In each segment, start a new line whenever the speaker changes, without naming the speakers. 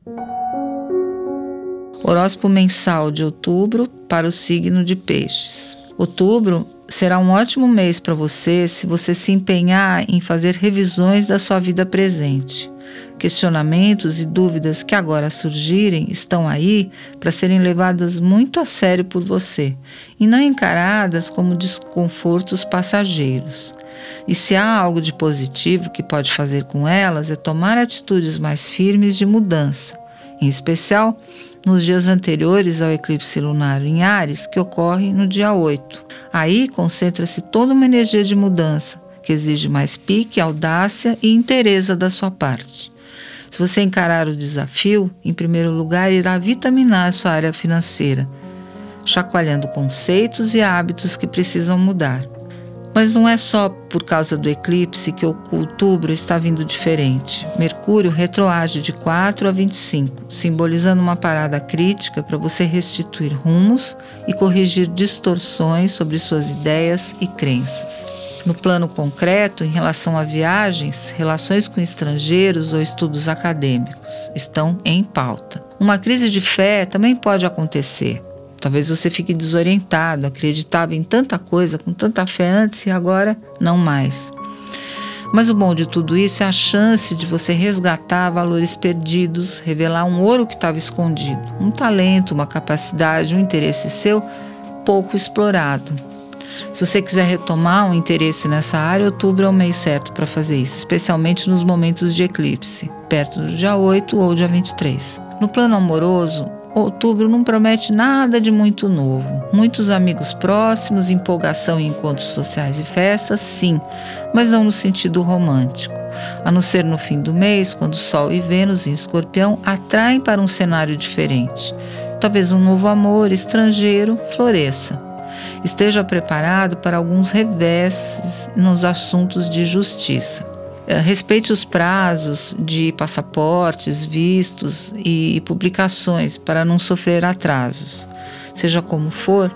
Horóscopo mensal de outubro para o signo de Peixes. Outubro será um ótimo mês para você se você se empenhar em fazer revisões da sua vida presente. Questionamentos e dúvidas que agora surgirem estão aí para serem levadas muito a sério por você e não encaradas como desconfortos passageiros. E se há algo de positivo que pode fazer com elas é tomar atitudes mais firmes de mudança, em especial nos dias anteriores ao eclipse lunar em Áries, que ocorre no dia 8. Aí concentra-se toda uma energia de mudança, que exige mais pique, audácia e inteireza da sua parte. Se você encarar o desafio, em primeiro lugar irá vitaminar a sua área financeira, chacoalhando conceitos e hábitos que precisam mudar. Mas não é só por causa do eclipse que o outubro está vindo diferente. Mercúrio retroage de 4 a 25, simbolizando uma parada crítica para você restituir rumos e corrigir distorções sobre suas ideias e crenças. No plano concreto, em relação a viagens, relações com estrangeiros ou estudos acadêmicos estão em pauta. Uma crise de fé também pode acontecer. Talvez você fique desorientado, acreditava em tanta coisa, com tanta fé antes e agora não mais. Mas o bom de tudo isso é a chance de você resgatar valores perdidos, revelar um ouro que estava escondido, um talento, uma capacidade, um interesse seu pouco explorado. Se você quiser retomar um interesse nessa área, outubro é o mês certo para fazer isso, especialmente nos momentos de eclipse, perto do dia 8 ou dia 23. No plano amoroso, outubro não promete nada de muito novo. Muitos amigos próximos, empolgação em encontros sociais e festas, sim, mas não no sentido romântico. A não ser no fim do mês, quando Sol e Vênus em Escorpião atraem para um cenário diferente. Talvez um novo amor estrangeiro floresça. Esteja preparado para alguns reveses nos assuntos de justiça. Respeite os prazos de passaportes, vistos e publicações para não sofrer atrasos. Seja como for,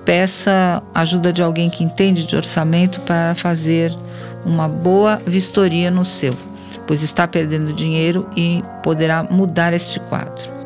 peça ajuda de alguém que entende de orçamento para fazer uma boa vistoria no seu, pois está perdendo dinheiro e poderá mudar este quadro.